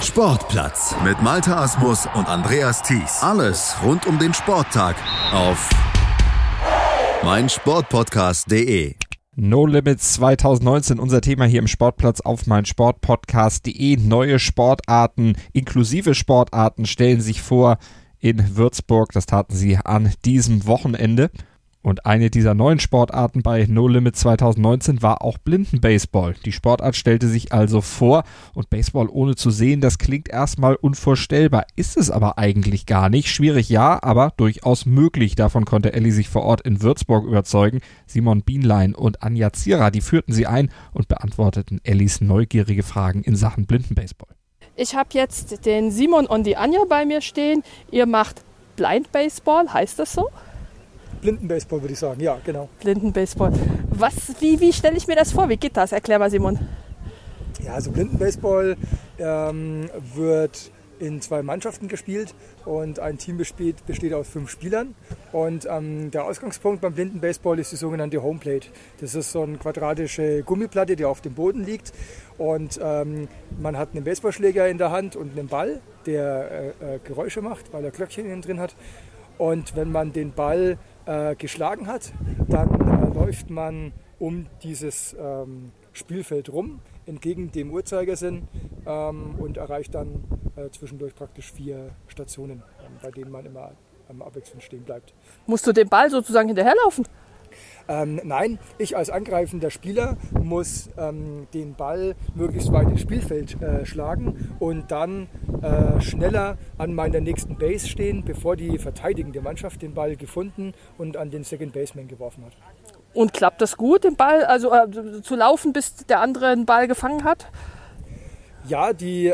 Sportplatz mit Malte Asmus und Andreas Thies. Alles rund um den Sporttag auf meinsportpodcast.de. No Limits 2019, unser Thema hier im Sportplatz auf meinsportpodcast.de. Neue Sportarten, inklusive Sportarten stellen sich vor in Würzburg. Das taten sie an diesem Wochenende. Und eine dieser neuen Sportarten bei No Limits 2019 war auch Blindenbaseball. Die Sportart stellte sich also vor und Baseball ohne zu sehen, das klingt erstmal unvorstellbar. Ist es aber eigentlich gar nicht. Schwierig ja, aber durchaus möglich. Davon konnte Elli sich vor Ort in Würzburg überzeugen. Simon Bienlein und Anja Zierer, die führten sie ein und beantworteten Ellis neugierige Fragen in Sachen Blindenbaseball. Ich habe jetzt den Simon und die Anja bei mir stehen. Ihr macht Blind-Baseball, heißt das so? Blindenbaseball würde ich sagen, ja, genau. Blindenbaseball. Wie stelle ich mir das vor? Wie geht das? Erklär mal, Simon. Ja, also Blindenbaseball wird in 2 Mannschaften gespielt und ein Team besteht aus 5 Spielern. Und der Ausgangspunkt beim Blindenbaseball ist die sogenannte Homeplate. Das ist so eine quadratische Gummiplatte, die auf dem Boden liegt. Und man hat einen Baseballschläger in der Hand und einen Ball, der Geräusche macht, weil er Glöckchen innen drin hat. Und wenn man den Ball geschlagen hat, dann läuft man um dieses Spielfeld rum, entgegen dem Uhrzeigersinn und erreicht dann zwischendurch praktisch 4 Stationen, bei denen man immer abwechselnd stehen bleibt. Musst du den Ball sozusagen hinterherlaufen? Nein, ich als angreifender Spieler muss den Ball möglichst weit ins Spielfeld schlagen und dann schneller an meiner nächsten Base stehen, bevor die verteidigende Mannschaft den Ball gefunden und an den Second Baseman geworfen hat. Und klappt das gut, den Ball zu laufen, bis der andere den Ball gefangen hat? Ja, die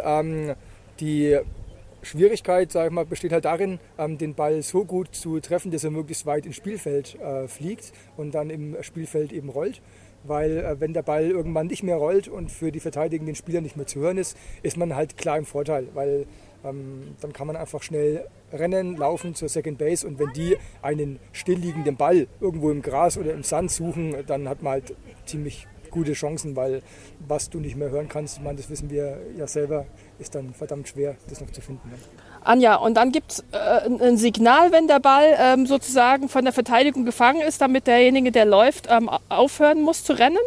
Schwierigkeit, sag ich mal, besteht halt darin, den Ball so gut zu treffen, dass er möglichst weit ins Spielfeld fliegt und dann im Spielfeld eben rollt. Weil wenn der Ball irgendwann nicht mehr rollt und für die verteidigenden Spieler nicht mehr zu hören ist, ist man halt klar im Vorteil. Weil dann kann man einfach schnell rennen, laufen zur Second Base und wenn die einen stillliegenden Ball irgendwo im Gras oder im Sand suchen, dann hat man halt ziemlich gute Chancen, weil was du nicht mehr hören kannst, ich meine, das wissen wir ja selber, ist dann verdammt schwer, das noch zu finden. Anja, und dann gibt es ein Signal, wenn der Ball sozusagen von der Verteidigung gefangen ist, damit derjenige, der läuft, aufhören muss zu rennen?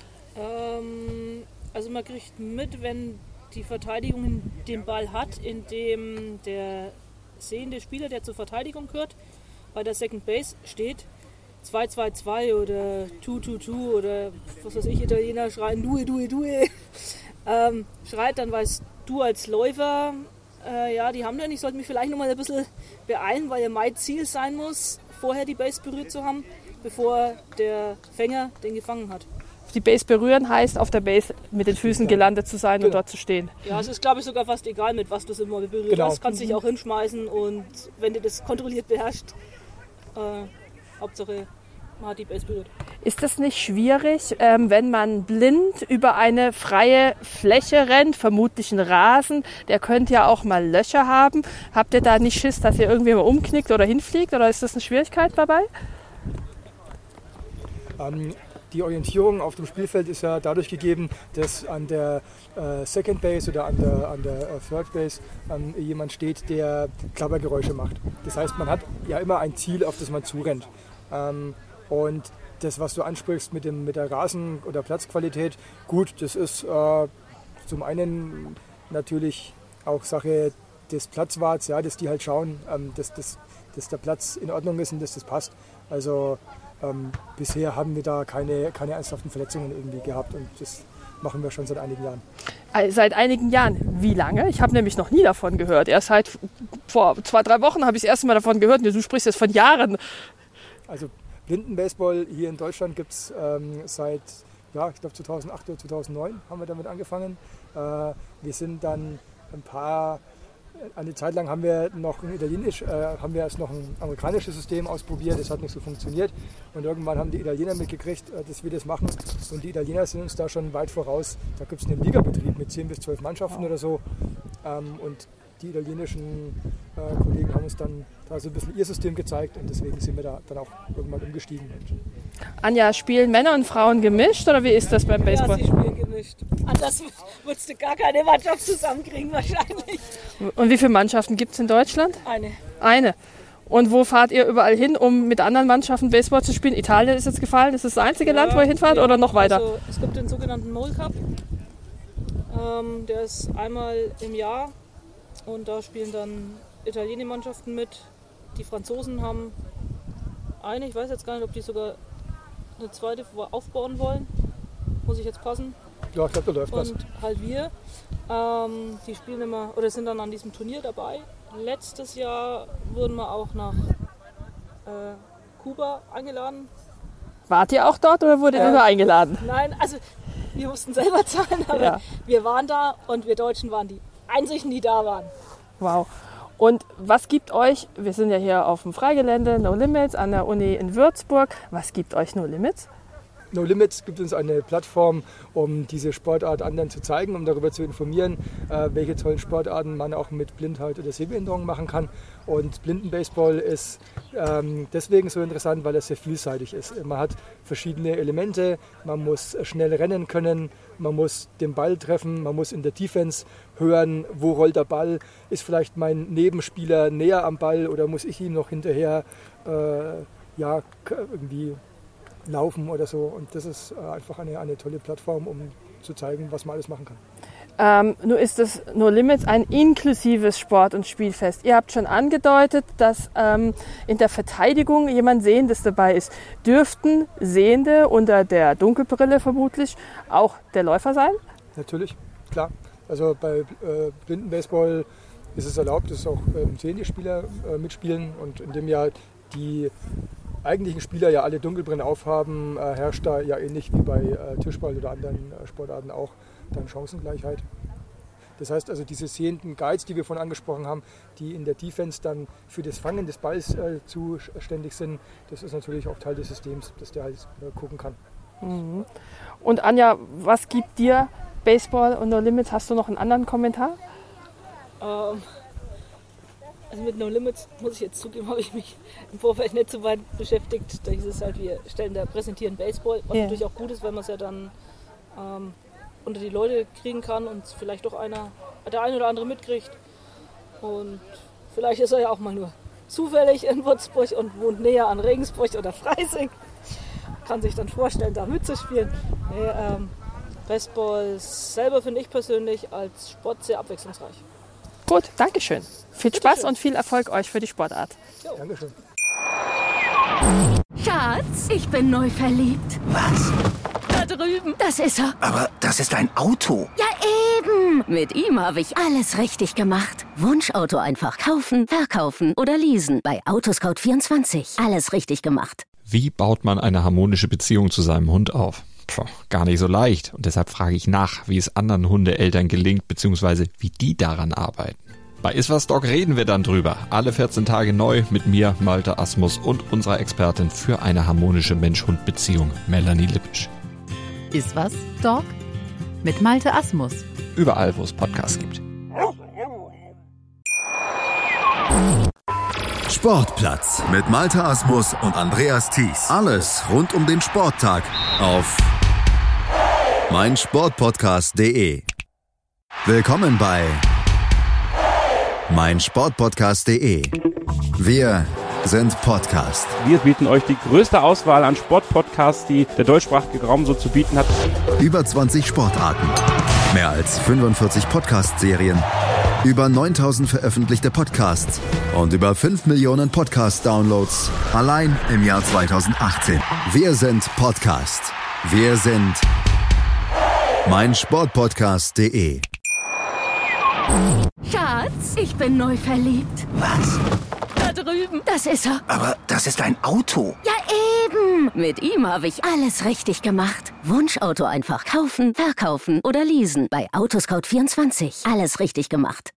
Also man kriegt mit, wenn die Verteidigung den Ball hat, indem der sehende Spieler, der zur Verteidigung gehört, bei der Second Base steht, 2-2-2 oder 2-2-2 oder was weiß ich, Italiener schreien Due, Due, Due, schreit, dann weißt du als Läufer, ja, die haben dann, ich sollte mich vielleicht noch mal ein bisschen beeilen, weil ja mein Ziel sein muss, vorher die Base berührt zu haben, bevor der Fänger den gefangen hat. Die Base berühren heißt, auf der Base mit den Füßen gelandet zu sein und dort zu stehen. Ja, es ist, glaube ich, sogar fast egal, mit was du es immer berührt hast. Kannst dich auch hinschmeißen und wenn du das kontrolliert beherrschst, Hauptsache man hat die Base berührt. Ist das nicht schwierig, wenn man blind über eine freie Fläche rennt, vermutlich ein Rasen, der könnte ja auch mal Löcher haben. Habt ihr da nicht Schiss, dass ihr irgendwie mal umknickt oder hinfliegt oder ist das eine Schwierigkeit dabei? Die Orientierung auf dem Spielfeld ist ja dadurch gegeben, dass an der Second Base oder an der Third Base jemand steht, der Klappergeräusche macht. Das heißt, man hat ja immer ein Ziel, auf das man zurennt. Und das, was du ansprichst mit der Rasen- oder Platzqualität, gut, das ist zum einen natürlich auch Sache des Platzwarts, ja, dass die halt schauen, dass der Platz in Ordnung ist und dass das passt. Also bisher haben wir da keine ernsthaften Verletzungen irgendwie gehabt und das machen wir schon seit einigen Jahren. Seit einigen Jahren. Wie lange? Ich habe nämlich noch nie davon gehört. Erst seit vor 2-3 Wochen habe ich das erste Mal davon gehört. Du sprichst jetzt von Jahren. Also Blindenbaseball hier in Deutschland gibt es seit, ja, ich glaube 2008 oder 2009 haben wir damit angefangen. Wir sind dann eine Zeit lang haben wir noch haben wir erst noch ein amerikanisches System ausprobiert, das hat nicht so funktioniert und irgendwann haben die Italiener mitgekriegt, dass wir das machen und die Italiener sind uns da schon weit voraus. Da gibt es einen Ligabetrieb mit 10 bis 12 Mannschaften oder so und die italienischen Kollegen haben uns dann da so ein bisschen ihr System gezeigt und deswegen sind wir da dann auch irgendwann umgestiegen. Anja, spielen Männer und Frauen gemischt oder wie ist das beim Baseball? Ja, sie spielen gemischt. nicht. Anders würdest du gar keine Mannschaft zusammenkriegen wahrscheinlich. Und wie viele Mannschaften gibt es in Deutschland? Eine. Und wo fahrt ihr überall hin, um mit anderen Mannschaften Baseball zu spielen? Italien ist jetzt gefallen. Ist das das einzige Land, wo ihr hinfahrt oder noch weiter? Also, es gibt den sogenannten Mole Cup. Der ist einmal im Jahr und da spielen dann italienische Mannschaften mit. Die Franzosen haben eine, ich weiß jetzt gar nicht, ob die sogar eine zweite aufbauen wollen. Muss ich jetzt passen. Ja, ich glaube, da läuft was. Und halt wir, die spielen immer oder sind dann an diesem Turnier dabei. Letztes Jahr wurden wir auch nach Kuba eingeladen. Wart ihr auch dort oder wurdet ihr nur eingeladen? Nein, also wir mussten selber zahlen, aber wir waren da und wir Deutschen waren die einzigen, die da waren. Wow. Und was gibt euch, wir sind ja hier auf dem Freigelände, No Limits an der Uni in Würzburg, was gibt euch No Limits? No Limits gibt uns eine Plattform, um diese Sportart anderen zu zeigen, um darüber zu informieren, welche tollen Sportarten man auch mit Blindheit oder Sehbehinderung machen kann. Und Blindenbaseball ist deswegen so interessant, weil es sehr vielseitig ist. Man hat verschiedene Elemente, man muss schnell rennen können, man muss den Ball treffen, man muss in der Defense hören, wo rollt der Ball, ist vielleicht mein Nebenspieler näher am Ball oder muss ich ihm noch hinterher irgendwie laufen oder so. Und das ist einfach eine tolle Plattform, um zu zeigen, was man alles machen kann. Nur ist das No Limits ein inklusives Sport- und Spielfest. Ihr habt schon angedeutet, dass in der Verteidigung jemand Sehendes dabei ist. Dürften Sehende unter der Dunkelbrille vermutlich auch der Läufer sein? Natürlich, klar. Also bei Blindenbaseball ist es erlaubt, dass auch sehende Spieler mitspielen. Und in dem Jahr die eigentlichen Spieler ja alle Dunkelbrillen aufhaben, herrscht da ja ähnlich wie bei Tischball oder anderen Sportarten auch dann Chancengleichheit. Das heißt also, diese sehenden Guides, die wir vorhin angesprochen haben, die in der Defense dann für das Fangen des Balls zuständig sind, das ist natürlich auch Teil des Systems, dass der halt gucken kann. Mhm. Und Anja, was gibt dir Baseball und No Limits? Hast du noch einen anderen Kommentar? Also mit No Limits, muss ich jetzt zugeben, habe ich mich im Vorfeld nicht so weit beschäftigt. Da hieß es halt, wir präsentieren Baseball, was natürlich auch gut ist, weil man es ja dann unter die Leute kriegen kann und vielleicht doch der eine oder andere mitkriegt. Und vielleicht ist er ja auch mal nur zufällig in Würzburg und wohnt näher an Regensburg oder Freising. Kann sich dann vorstellen, da mitzuspielen. Baseball selber finde ich persönlich als Sport sehr abwechslungsreich. Gut, Dankeschön. Viel Spaß und viel Erfolg euch für die Sportart. Ja, Dankeschön. Schatz, ich bin neu verliebt. Was? Da drüben. Das ist er. Aber das ist ein Auto. Ja, eben. Mit ihm habe ich alles richtig gemacht. Wunschauto einfach kaufen, verkaufen oder leasen. Bei Autoscout24. Alles richtig gemacht. Wie baut man eine harmonische Beziehung zu seinem Hund auf? Gar nicht so leicht. Und deshalb frage ich nach, wie es anderen Hundeeltern gelingt, beziehungsweise wie die daran arbeiten. Bei Iswas Dog reden wir dann drüber. Alle 14 Tage neu mit mir, Malte Asmus und unserer Expertin für eine harmonische Mensch-Hund-Beziehung, Melanie Lippisch. Iswas Dog mit Malte Asmus. Überall, wo es Podcasts gibt. Sportplatz mit Malte Asmus und Andreas Thies. Alles rund um den Sporttag auf meinsportpodcast.de. Willkommen bei meinsportpodcast.de. Wir sind Podcast. Wir bieten euch die größte Auswahl an Sportpodcasts, die der deutschsprachige Raum so zu bieten hat. Über 20 Sportarten, mehr als 45 Podcast-Serien, über 9000 veröffentlichte Podcasts und über 5 Millionen Podcast-Downloads allein im Jahr 2018. Wir sind Podcast. Wir sind meinsportpodcast.de. Schatz, ich bin neu verliebt. Was? Da drüben. Das ist er. Aber das ist ein Auto. Ja, eben. Mit ihm habe ich alles richtig gemacht. Wunschauto einfach kaufen, verkaufen oder leasen. Bei Autoscout24. Alles richtig gemacht.